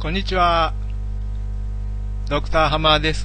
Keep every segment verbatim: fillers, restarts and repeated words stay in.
こんにちは。ドクターハマーです。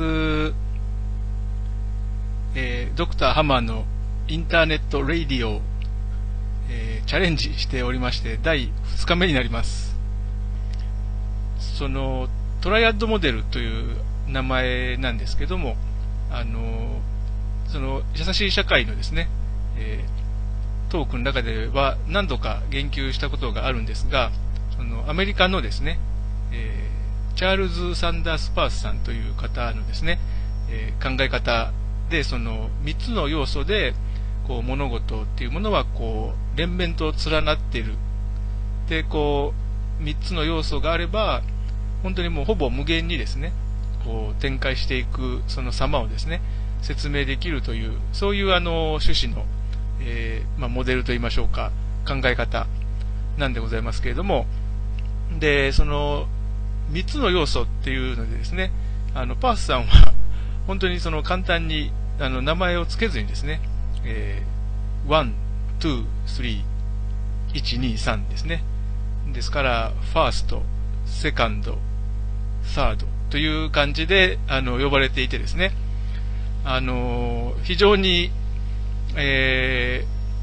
えー、ドクターハマーのインターネットレイディオ、えー、チャレンジしておりまして、だいふつかめになります。その、トライアッドモデルという名前なんですけども、あの、その、優しい社会のですね、えー、トークの中では何度か言及したことがあるんですが、その、アメリカのですね、えー、チャールズ・サンダース・パースさんという方のですね、えー、考え方で、そのみっつの要素でこう物事っていうものはこう連綿と連なっている。で、こうみっつの要素があれば本当にもうほぼ無限にですね、こう展開していくその様をですね、説明できるという、そういうあの趣旨の、えーまあ、モデルといいましょうか、考え方なんでございますけれども、で、そのみっつの要素っていうのでですね、あのパースさんは本当にその簡単にあの名前を付けずにですね、えー、ワン、ツー、スリー、いち、に、さんですね。ですから、ファースト、セカンド、サードという感じであの呼ばれていてですね、あの非常に、え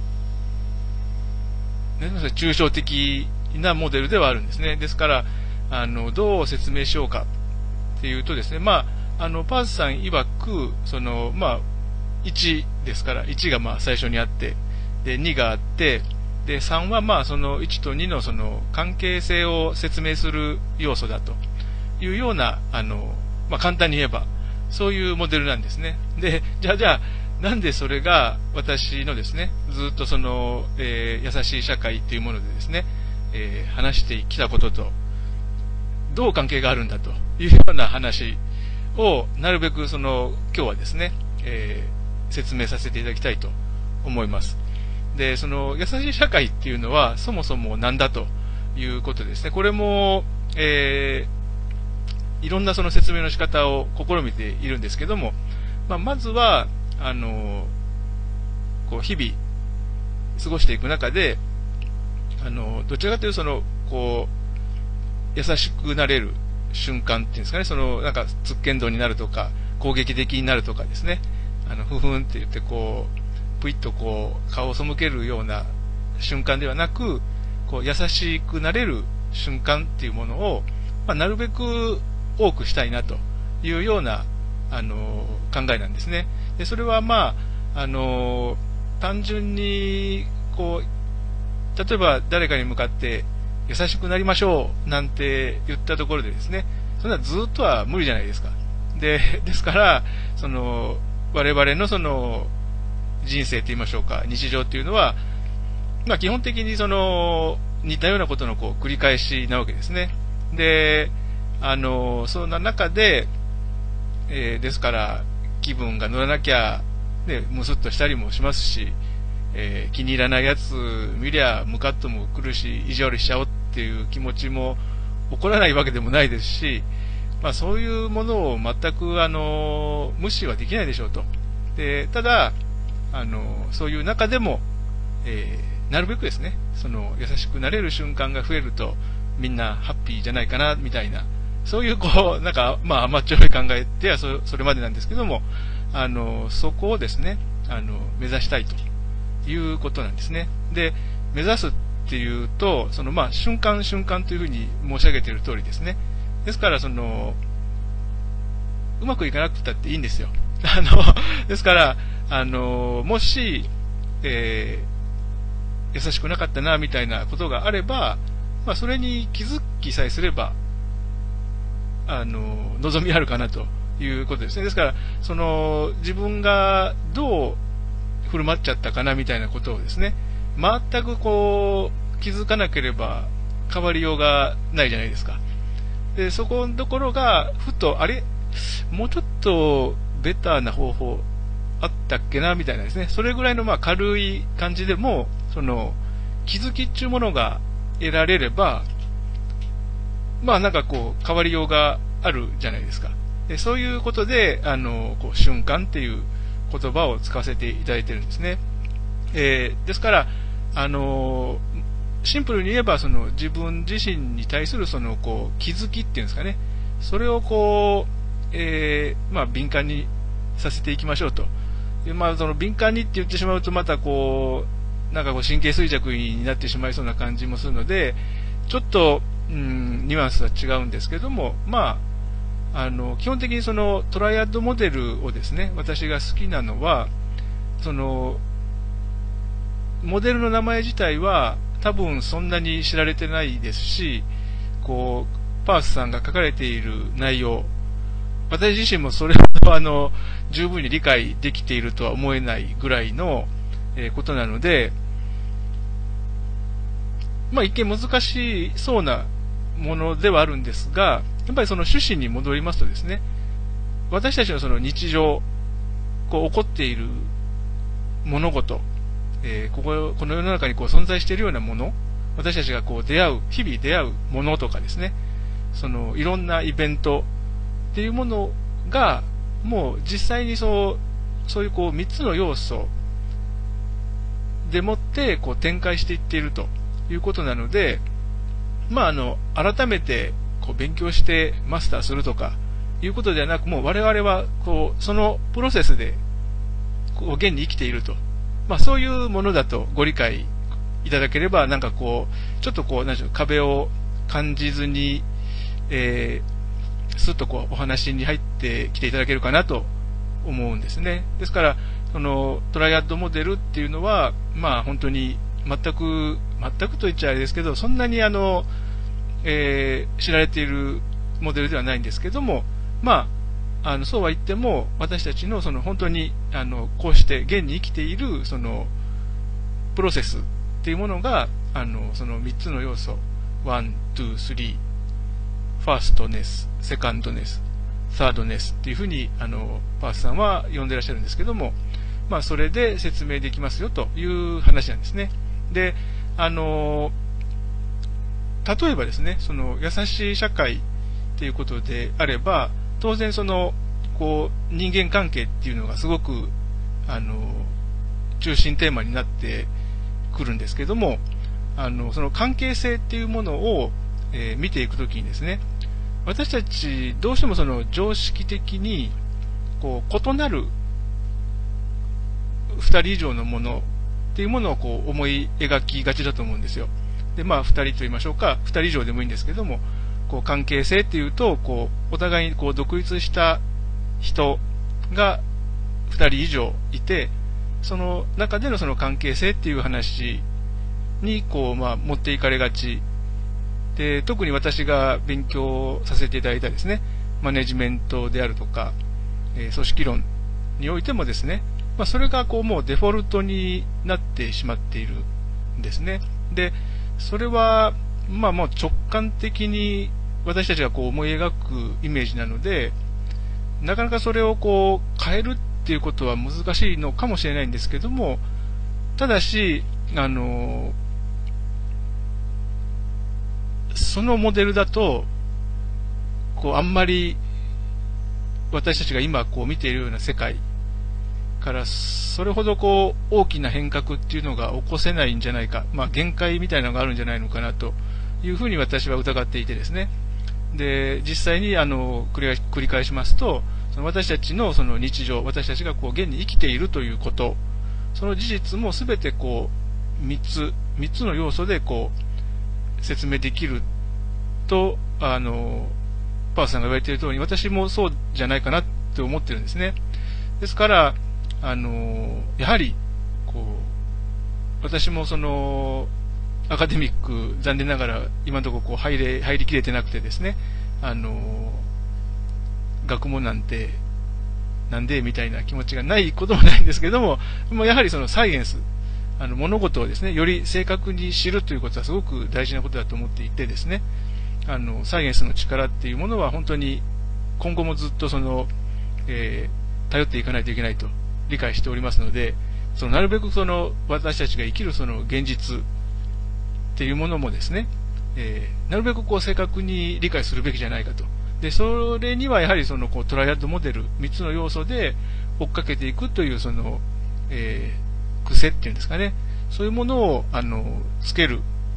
ー、抽象的なモデルではあるんですね。ですから、あのどう説明しようかっていうとですね、まあ、あのパースさん曰くその、まあ、いちですから、いちがまあ最初にあって、でにがあって、でさんはまあそのいちとにのその関係性を説明する要素だというような、あの、まあ、簡単に言えばそういうモデルなんですね。で、じゃあじゃあなんでそれが私のですね、ずっとその、えー、優しい社会というものでですね、えー、話してきたこととどう関係があるんだというような話をなるべくその今日はですね、えー、説明させていただきたいと思います。で、その優しい社会っていうのはそもそも何だということですね。これも、えー、いろんなその説明の仕方を試みているんですけども、まあ、まずはあのこう日々過ごしていく中で、あのどちらかというとそのこう優しくなれる瞬間っていうんですかね、そのなんかつっけんどになるとか攻撃的になるとかですね、あのふふんって言ってこうぷいっとこう顔を背けるような瞬間ではなく、こう優しくなれる瞬間っていうものを、まあ、なるべく多くしたいなというようなあの考えなんですね。でそれはまああの単純にこう例えば誰かに向かって優しくなりましょうなんて言ったところでですね、そんなずっとは無理じゃないですか。で、ですから、その、我々のその、人生と言いましょうか、日常っていうのは、まあ基本的にその、似たようなことのこう繰り返しなわけですね。で、あの、そんな中で、えー、ですから、気分が乗らなきゃ、ね、ムスッとしたりもしますし、えー、気に入らないやつ見りゃムカッとも来るし、意地悪しちゃおうっていう気持ちも起こらないわけでもないですし、まあ、そういうものを全くあの無視はできないでしょうと。でただあのそういう中でも、えー、なるべくですね、その優しくなれる瞬間が増えるとみんなハッピーじゃないかなみたいな、そういうこうなんかまあ甘っちょろい考えでは そ, それまでなんですけども、あのそこをですね、あの目指したいということなんですね。で、目指すっていうと、そのまあ瞬間瞬間というふうに申し上げている通りですね。ですからそのうまくいかなくたっていいんですよ。あのですからあのもし、えー、優しくなかったなみたいなことがあれば、まあ、それに気づきさえすればあの望みあるかなということですね。ですからその自分がどう振る舞っちゃったかなみたいなことをですね、全くこう気づかなければ変わりようがないじゃないですか。でそこのところがふとあれもうちょっとベターな方法あったっけなみたいなですね、それぐらいのまあ軽い感じでもその気づきっていうものが得られれば、まあなんかこう変わりようがあるじゃないですか。でそういうことであのこう瞬間っていう言葉を使わせていただいているんですね。えー、ですから、あのー、 シンプルに言えば、その自分自身に対するそのこう気づきっていうんですかね、それをこう、えーまあ、敏感にさせていきましょうと。でまあ、その敏感にって言ってしまうと、またこう、なんかこう神経衰弱になってしまいそうな感じもするので、ちょっと、うん、ニュアンスは違うんですけども、まあ、あの、基本的にそのトライアッドモデルをですね、私が好きなのは、その、モデルの名前自体は多分そんなに知られてないですし、こう、パースさんが書かれている内容、私自身もそれをあの、十分に理解できているとは思えないぐらいの、えー、ことなので、まあ一見難しそうなものではあるんですが、やっぱりその趣旨に戻りますとですね、私たちのその日常、こう起こっている物事、えー、ここ、この世の中にこう存在しているようなもの、私たちがこう出会う、日々出会うものとかですね、そのいろんなイベントっていうものが、もう実際にそう、そういうこうみっつの要素でもってこう展開していっているということなので、まああの、改めてこう勉強してマスターするとかいうことではなく、もう我々はこう、そのプロセスでこう現に生きていると。まあそういうものだとご理解いただければ、なんかこう、ちょっとこう、なんでしょう、壁を感じずに、えー、すっとこう、お話に入ってきていただけるかなと思うんですね。ですから、その、トライアッドモデルっていうのは、まあ本当に全く、全くと言っちゃあれですけど、そんなにあの、えー、知られているモデルではないんですけども、まあ、あのそうは言っても、私たちのその本当にあのこうして現に生きているそのプロセスっていうものが、あのそのみっつの要素、ワン、ツー、スリー、ファーストネス、セカンドネス、サードネスっていうふうにあのパースさんは呼んでらっしゃるんですけども、まあ、それで説明できますよという話なんですね。で、あの例えばですね、その優しい社会っていうことであれば、当然そのこう人間関係っていうのがすごくあの中心テーマになってくるんですけども、あのその関係性っていうものを、えー、見ていくときにですね、私たちどうしてもその常識的にこう異なるふたり以上のものっていうものをこう思い描きがちだと思うんですよ。で、まあふたりと言いましょうか、ふたり以上でもいいんですけども、こう関係性っていうと、こうお互いにこう独立した人がふたり以上いて、その中でのその関係性っていう話にこう、まあ、持っていかれがちで、特に私が勉強させていただいたですね、マネジメントであるとか、えー、組織論においてもですね、まあ、それがこうもうデフォルトになってしまっているんですね。で、それはまあもう直感的に私たちがこう思い描くイメージなので、なかなかそれをこう変えるっていうことは難しいのかもしれないんですけども、ただし、あの、そのモデルだと、こうあんまり私たちが今こう見ているような世界からそれほどこう大きな変革っていうのが起こせないんじゃないか、まあ限界みたいなのがあるんじゃないのかなというふうに私は疑っていてですね。で、実際にあの繰り返しますと、その私たちのその日常、私たちがこう現に生きているということ、その事実もすべてこうみっつ、みっつの要素でこう説明できると、あのパースさんが言われている通り、私もそうじゃないかなって思ってるんですね。ですから、あのやはりこう私もそのアカデミック残念ながら今のところこう入れ入りきれてなくてですね、あの学問なんてなんでみたいな気持ちがないこともないんですけども、もうやはりそのサイエンス、あの物事をですねより正確に知るということはすごく大事なことだと思っていてですね、あのサイエンスの力っていうものは本当に今後もずっとその、えー、頼っていかないといけないと理解しておりますので、そのなるべくその私たちが生きるその現実っていうものもですね、えー、なるべくこう正確に理解するべきじゃないかと。で、それにはやはりそのこうトライアッドモデルみっつの要素で追っかけていくというその、えー、癖っていうんですかね、そういうものをあのつける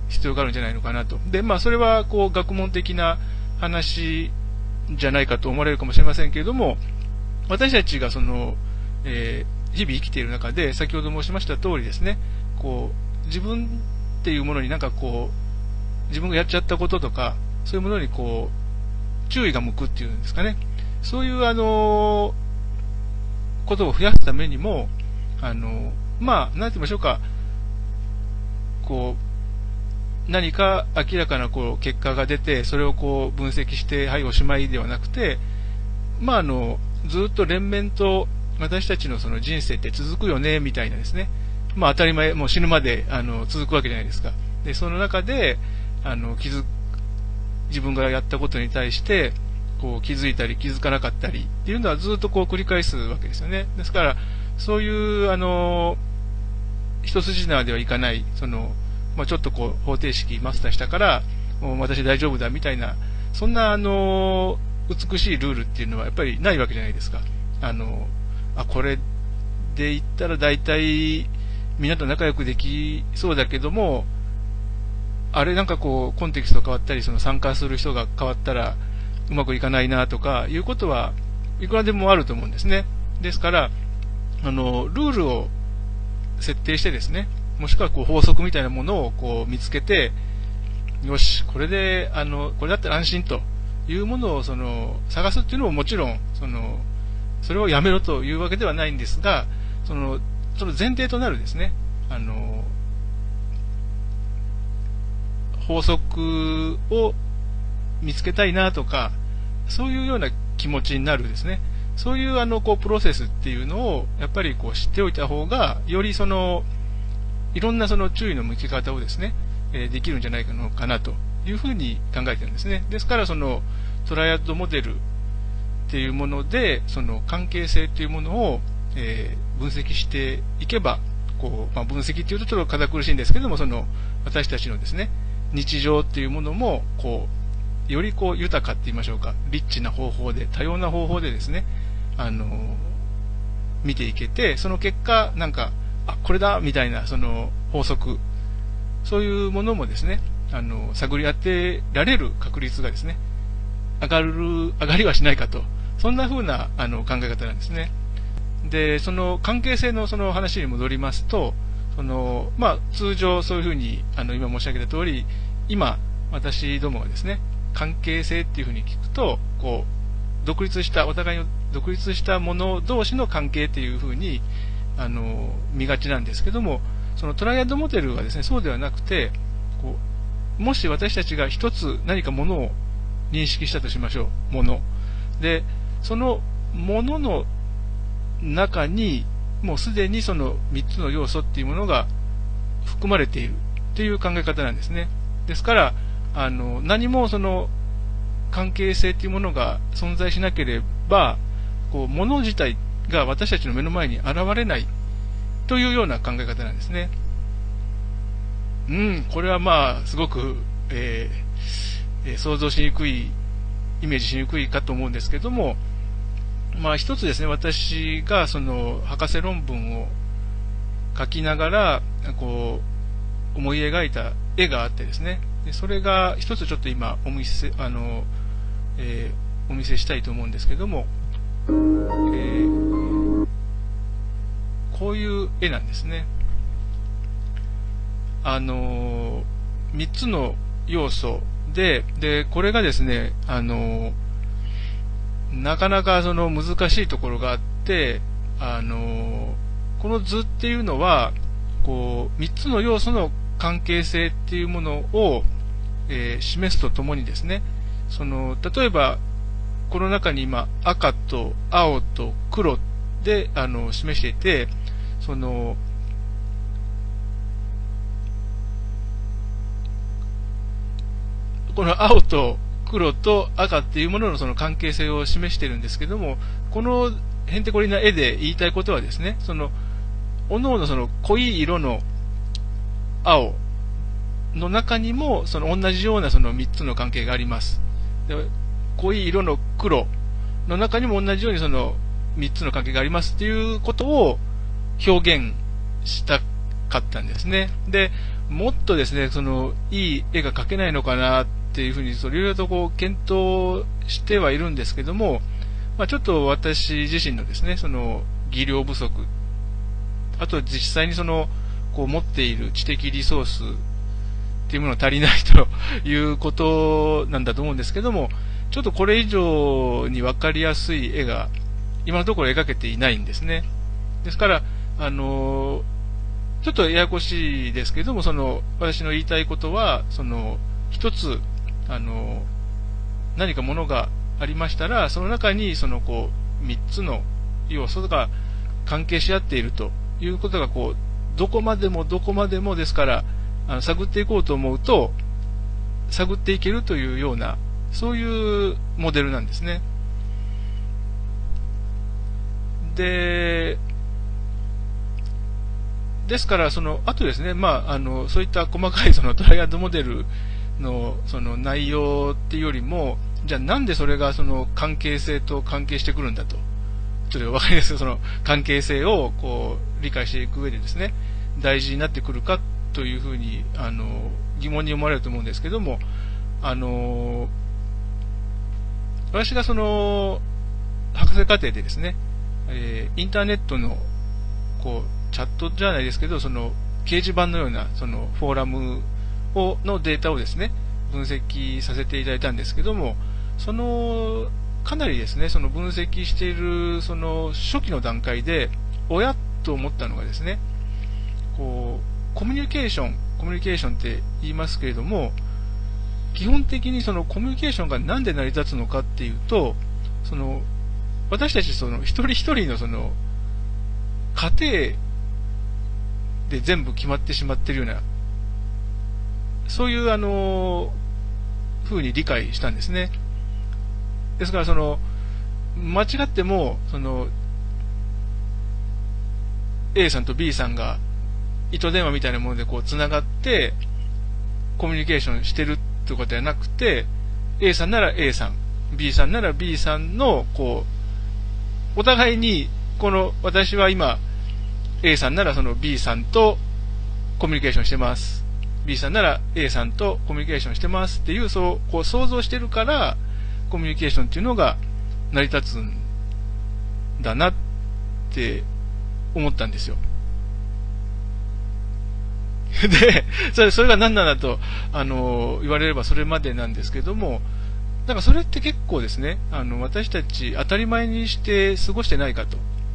必要があるんじゃないのかなと。で、まあ、それは、こう、学問的な話じゃないかと思われるかもしれませんけれども、私たちがその、えー、日々生きている中で、先ほど申しました通りですね、こう、自分っていうものになんかこう、自分がやっちゃったこととか、そういうものにこう、注意が向くっていうんですかね。そういう、あの、ことを増やすためにも、あの、まあ、なんて言いましょうか、こう、何か明らかなこう結果が出て、それをこう分析して、はい、おしまいではなくて、まあ、あの、ずっと連綿と私たちのその人生って続くよね、みたいなですね。まあ、当たり前、もう死ぬまで、あの、続くわけじゃないですか。で、その中で、あの、気づ、自分がやったことに対して、こう気づいたり気づかなかったりっていうのはずっとこう繰り返すわけですよね。ですから、そういう、あの、一筋縄ではいかない、その、まあ、ちょっとこう方程式マスターしたから、もう私大丈夫だみたいな、そんな、あの、美しいルールっていうのはやっぱりないわけじゃないですか。あの、あ、これで言ったら大体、みんなと仲良くできそうだけども、あれなんかこう、コンテキスト変わったり、その参加する人が変わったら、うまくいかないなとかいうことはいくらでもあると思うんですね。ですから、あの、ルールを設定してですね、もしくはこう法則みたいなものをこう見つけて、よし、これで、あの、これだったら安心というものをその探すっていうのももちろん、その、それをやめろというわけではないんですが、その、その前提となるですね、あの、法則を見つけたいなとか、そういうような気持ちになるですね。そういうあのこうプロセスっていうのをやっぱりこう知っておいた方が、よりそのいろんなその注意の向け方をですね、えー、できるんじゃないのかなというふうに考えてるんですね。ですからそのトライアッドモデルっていうもので、その関係性っていうものを、えー、分析していけば、こうまあ、分析っていうとちょっと堅苦しいんですけども、その私たちのですね日常っていうものもこうよりこう豊かって言いましょうか、リッチな方法で、多様な方法でですね、あの、見ていけて、その結果、なんか、あ、これだみたいな、その法則、そういうものもですね、あの、探り当てられる確率がですね、上がる、上がりはしないかと、そんな風な、あの、考え方なんですね。で、その関係性のその話に戻りますと、その、まあ、通常そういうふうに、あの、今申し上げた通り、今、私どもがですね、関係性っていうふうに聞くと、こう、独立した、お互いの独立したもの同士の関係っていうふうに、あの、見がちなんですけども、そのトライアドモデルはですね、そうではなくて、こう、もし私たちが一つ何かものを認識したとしましょう。もの。で、そのものの中に、もうすでにそのみっつの要素っていうものが含まれているっていう考え方なんですね。ですから、あの、何もその関係性っていうものが存在しなければ、こう、もの自体が私たちの目の前に現れないというような考え方なんですね。うん、これはまあ、すごく、えーえー、想像しにくい、イメージしにくいかと思うんですけども、まあ一つですね、私がその博士論文を書きながら、こう、思い描いた絵があってですね、でそれが一つちょっと今お見せ、あの、えー、お見せしたいと思うんですけども、えー、こういう絵なんですね。あの、みっつの要素で、で、これがですね、あの、なかなかその難しいところがあって、あの、この図っていうのは、こう、みっつの要素の関係性っていうものを、えー、示すとともにですね、その、例えば、この中に今、赤と青と黒で、あの、示していて、その、この青と黒と赤っていうもののその関係性を示しているんですけども、このへんてこりな絵で言いたいことはですね、その、各々その濃い色の青の中にも、その同じようなそのみっつの関係があります。で、濃い色の黒の中にも同じようにそのみっつの関係がありますっていうことを表現したかったんですね。で、 もっとですね、その、いい絵が描けないのかなっていうふうに、いろいろとこう、検討してはいるんですけども、まあ、ちょっと私自身のですね、その、技量不足、あと実際にその、こう持っている知的リソースっていうものが足りないということなんだと思うんですけども、ちょっとこれ以上に分かりやすい絵が、今のところ描けていないんですね。ですから、あの、ちょっとややこしいですけども、その、私の言いたいことは、その、一つ、あの、何かものがありましたら、その中に、その、こう、三つの要素が関係し合っているということが、こう、どこまでもどこまでもですから、あの探っていこうと思うと、探っていけるというような、そういうモデルなんですね。で、ですから、その、あとですね、まあ、あの、そういった細かいそのトライアンドモデルのその内容っていうよりも、じゃあなんでそれがその関係性と関係してくるんだと。ちょっとわかりやすいその関係性をこう理解していく上でですね、大事になってくるかというふうに、あの、疑問に思われると思うんですけども、あの、私がその、博士課程でですね、えー、インターネットの、こう、チャットじゃないですけど、その、掲示板のような、その、フォーラムを、のデータをですね、分析させていただいたんですけども、その、かなりですね、その分析している、その、初期の段階で、おやっと思ったのがですね、こう、コミュニケーション、コミュニケーションって言いますけれども、基本的にそのコミュニケーションがなんで成り立つのかっていうと、その、私たちその一人一人のその、家庭で全部決まってしまっているような、そういうあの、風に理解したんですね。ですからその、間違っても、その、A さんと B さんが糸電話みたいなものでこう繋がってコミュニケーションしてるってことではなくて、A さんなら A さん、B さんなら B さんのこうお互いにこの私は今 A さんならその B さんとコミュニケーションしてます。B さんなら A さんとコミュニケーションしてますっていうそうこう想像してるからコミュニケーションっていうのが成り立つんだなって思ったんですよ。で、それ、それが何なんだと、あの、言われればそれまでなんですけども、だからそれって結構ですね、あの、私たち当たり前にして過ごしてないかと。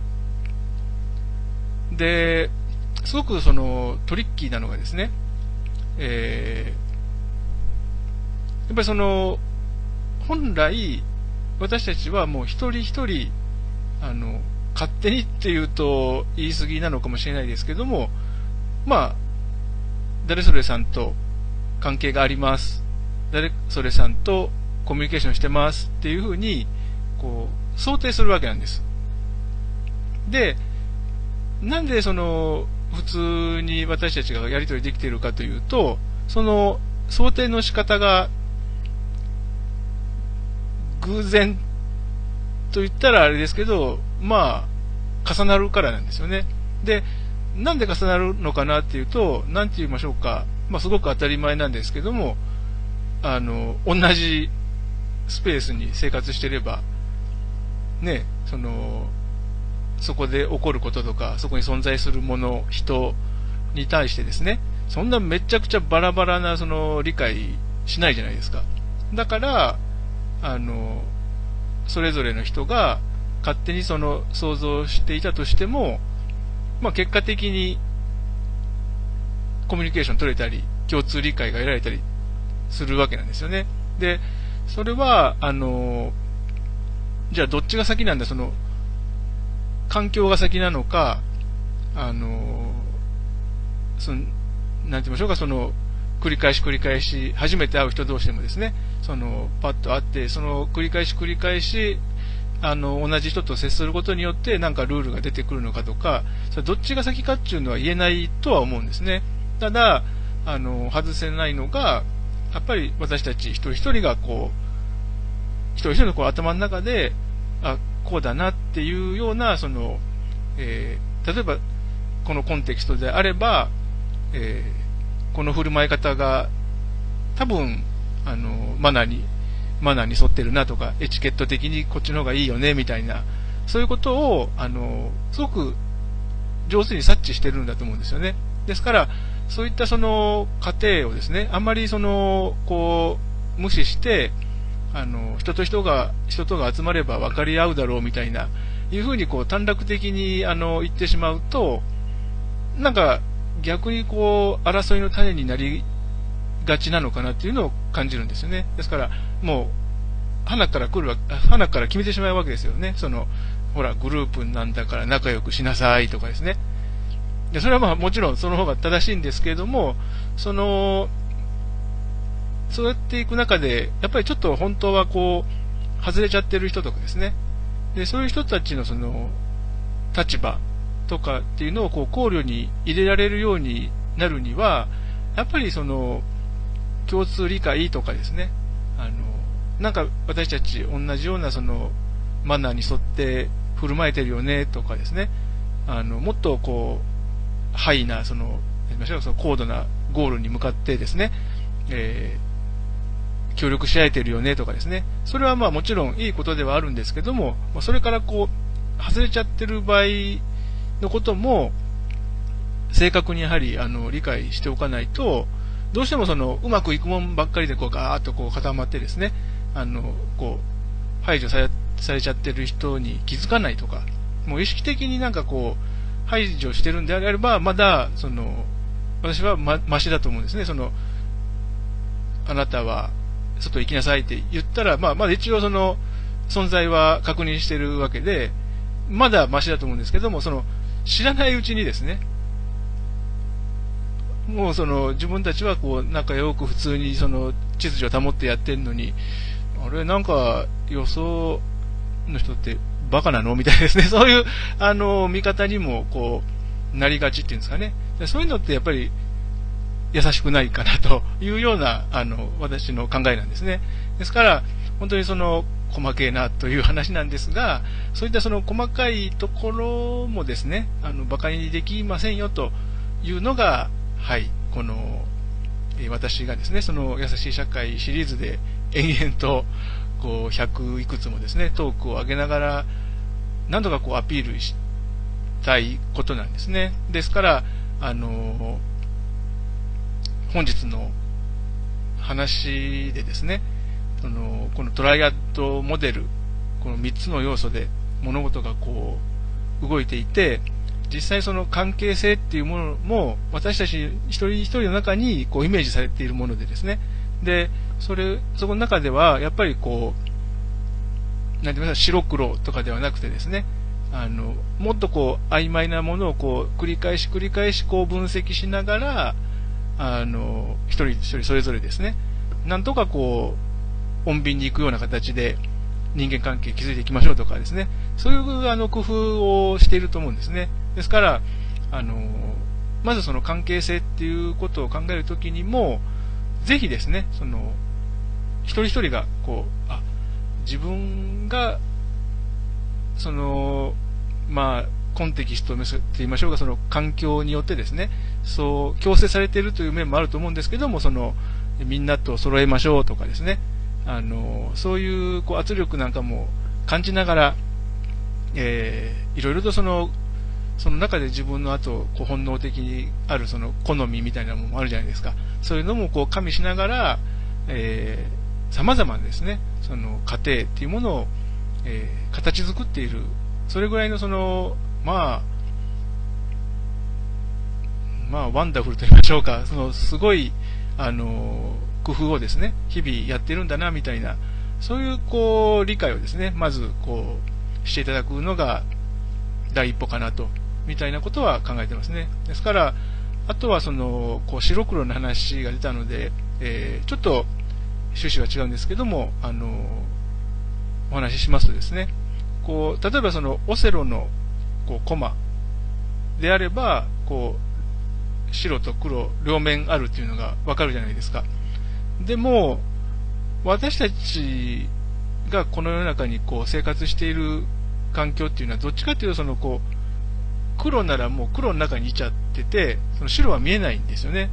で、すごくその、トリッキーなのがですね、えー、やっぱりその、本来、私たちはもう一人一人、あの、勝手にっていうと言い過ぎなのかもしれないですけども、まあ、誰それさんと関係があります。誰それさんとコミュニケーションしてますっていうふうに、こう、想定するわけなんです。で、なんでその、普通に私たちがやり取りできているかというと、その、想定の仕方が、偶然と言ったらあれですけど、まあ、重なるからなんですよね。で、なんで重なるのかなっていうと、なんて言いましょうか。まあ、すごく当たり前なんですけども、あの、同じスペースに生活してれば、ね、その、そこで起こることとか、そこに存在するもの、人に対してですね、そんなめちゃくちゃバラバラな、その、理解しないじゃないですか。だから、あの、それぞれの人が勝手にその想像していたとしても、まあ、結果的にコミュニケーション取れたり、共通理解が得られたりするわけなんですよね。で、それは、あの、じゃあどっちが先なんだ、その、環境が先なのか、あの、その、なんて言いましょうか、その、繰り返し繰り返し、初めて会う人同士でもですね、その、パッと会って、その、繰り返し繰り返し、あの、同じ人と接することによって、なんかルールが出てくるのかとか、それどっちが先かっていうのは言えないとは思うんですね。ただ、あの、外せないのが、やっぱり私たち一人一人がこう、一人一人のこう頭の中で、あ、こうだなっていうような、その、えー、例えば、このコンテキストであれば、えー、 この振る舞い方が多分あのマナーにマナーに沿ってるなとか、エチケット的にこっちの方がいいよねみたいな、そういうことをあのすごく上手に察知してるんだと思うんですよね。ですからそういったその過程をですね、あんまりそのこう無視して、あの人と人が人とが集まれば分かり合うだろうみたいないうふうにこう短絡的にあの言ってしまうと、なんか逆にこう争いの種になりがちなのかなっていうのを感じるんですよね。ですからもう花から来るわ花から決めてしまうわけですよね。そのほらグループなんだから仲良くしなさいとかですね。でそれはまあもちろんその方が正しいんですけれども、そのそうやっていく中でやっぱりちょっと本当はこう外れちゃってる人とかですね。でそういう人たちのその立場とかっていうのをこう考慮に入れられるようになるには、やっぱりその共通理解とかですね、あのなんか私たち同じようなそのマナーに沿って振る舞えてるよねとかですね、あのもっとこうハイなその言いましょうその高度なゴールに向かってですね、えー、協力し合えてるよねとかですね、それはまあもちろんいいことではあるんですけども、それからこう外れちゃってる場合のことも正確にやはりあの理解しておかないと、どうしてもそのうまくいくもんばっかりでこうガーッとこう固まってですね、あのこう排除され、されちゃってる人に気づかないとか、もう意識的になんかこう排除してるんであれば、まだその私はまマシだと思うんですね。そのあなたは外行きなさいって言ったら、まあまだ一応その存在は確認してるわけで、まだマシだと思うんですけども、その知らないうちにですね、もうその自分たちはこう仲良く普通にその秩序を保ってやってるのに、あれなんか予想の人ってバカなのみたいですね。そういうあの見方にもこうなりがちっていうんですかね。そういうのってやっぱり優しくないかなというようなあの私の考えなんですね。ですから本当にその細けえなという話なんですが、そういったその細かいところもですね、あの馬鹿にできませんよというのが、はい、この、えー、私がですね、その優しい社会シリーズで延々とこうひゃくいくつもですね、トークを上げながら何度かこうアピールしたいことなんですね。ですから、あの本日の話でですね、そのこのトライアッドモデル、このみっつの要素で物事がこう動いていて、実際その関係性っていうものも私たち一人一人の中にこうイメージされているものでですね、でそれそこの中ではやっぱりこうなんて言いますか、白黒とかではなくてですね、あのもっとこう曖昧なものをこう繰り返し繰り返しこう分析しながら、あの一人一人それぞれですね、なんとかこう穏便に行くような形で人間関係築いていきましょうとかですね、そういうあの工夫をしていると思うんですね。ですからあのまずその関係性っていうことを考えるときにも、ぜひですね、その一人一人がこうあ自分がそのまあコンテキストと言いましょうか、その環境によってですね、そう強制されているという面もあると思うんですけども、そのみんなと揃えましょうとかですね、あのそういう、こう圧力なんかも感じながら、えー、いろいろとそのその中で自分のあとこう本能的にあるその好みみたいなものもあるじゃないですか。そういうのもこう加味しながら、えー、様々なですね、その過程っていうものを、えー、形作っている、それぐらいのそのまあまあワンダフルと言いましょうか、そのすごいあの工夫をですね日々やってるんだなみたいな、そういうこう理解をですねまずこうしていただくのが第一歩かなとみたいなことは考えてますね。ですからあとはそのこう白黒の話が出たので、えー、ちょっと趣旨は違うんですけども、あのお話ししますとですね、こう例えばそのオセロのこうコマであれば、こう白と黒両面あるっていうのがわかるじゃないですか。でも私たちがこの世の中にこう生活している環境っていうのはどっちかっていうと、そのこう黒ならもう黒の中にいちゃってて、その白は見えないんですよね。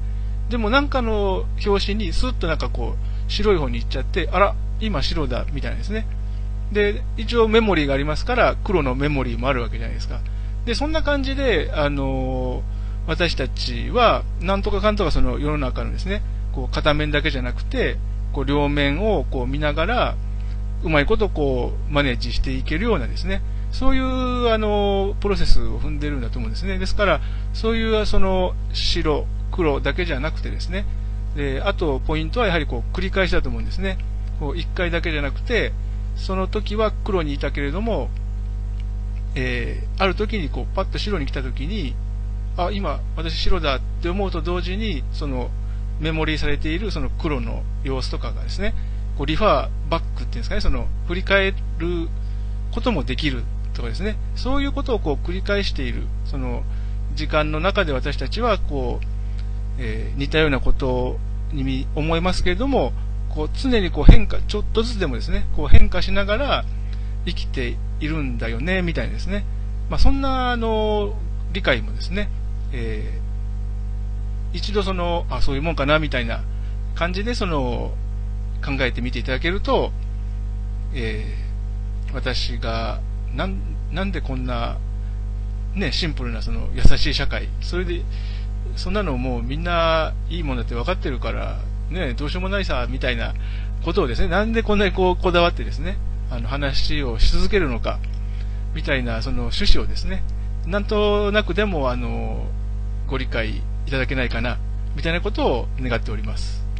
でもなんかの表紙にスッとなんかこう、白い方に行っちゃって、あら、今白だ、みたいなですね。で、一応メモリーがありますから、黒のメモリーもあるわけじゃないですか。で、そんな感じで、あのー、私たちは、なんとかかんとかその世の中のですね、こう、片面だけじゃなくて、こう、両面をこう見ながら、うまいことこう、マネージしていけるようなですね、そういう、あの、プロセスを踏んでるんだと思うんですね。ですから、そういう、その、白、黒だけじゃなくてですね、で、あと、ポイントはやはりこう、繰り返しだと思うんですね。こう、一回だけじゃなくて、その時は黒にいたけれども、えー、ある時にこう、パッと白に来た時に、あ、今、私白だって思うと同時に、その、メモリーされているその黒の様子とかがですね、こうリファーバックっていうんですかね、その、振り返ることもできるとかですね、そういうことをこう繰り返している、その、時間の中で私たちは、こう、えー、似たようなことに思いますけれども、こう常にこう変化、ちょっとずつでもですね、こう変化しながら生きているんだよね、みたいですね。まあ、そんな、あの、理解もですね、えー、一度その、あ、そういうもんかな、みたいな感じで、その、考えてみていただけると、えー、私が、なん、なんでこんな、ね、シンプルなその優しい社会、それで、そんなのもうみんないいものだって分かってるから、ね、どうしようもないさ、みたいなことをですね、なんでこんなにこう、こだわってですね、あの話をし続けるのか、みたいなその趣旨をですね、なんとなくでも、あの、ご理解いただけないかな、みたいなことを願っております。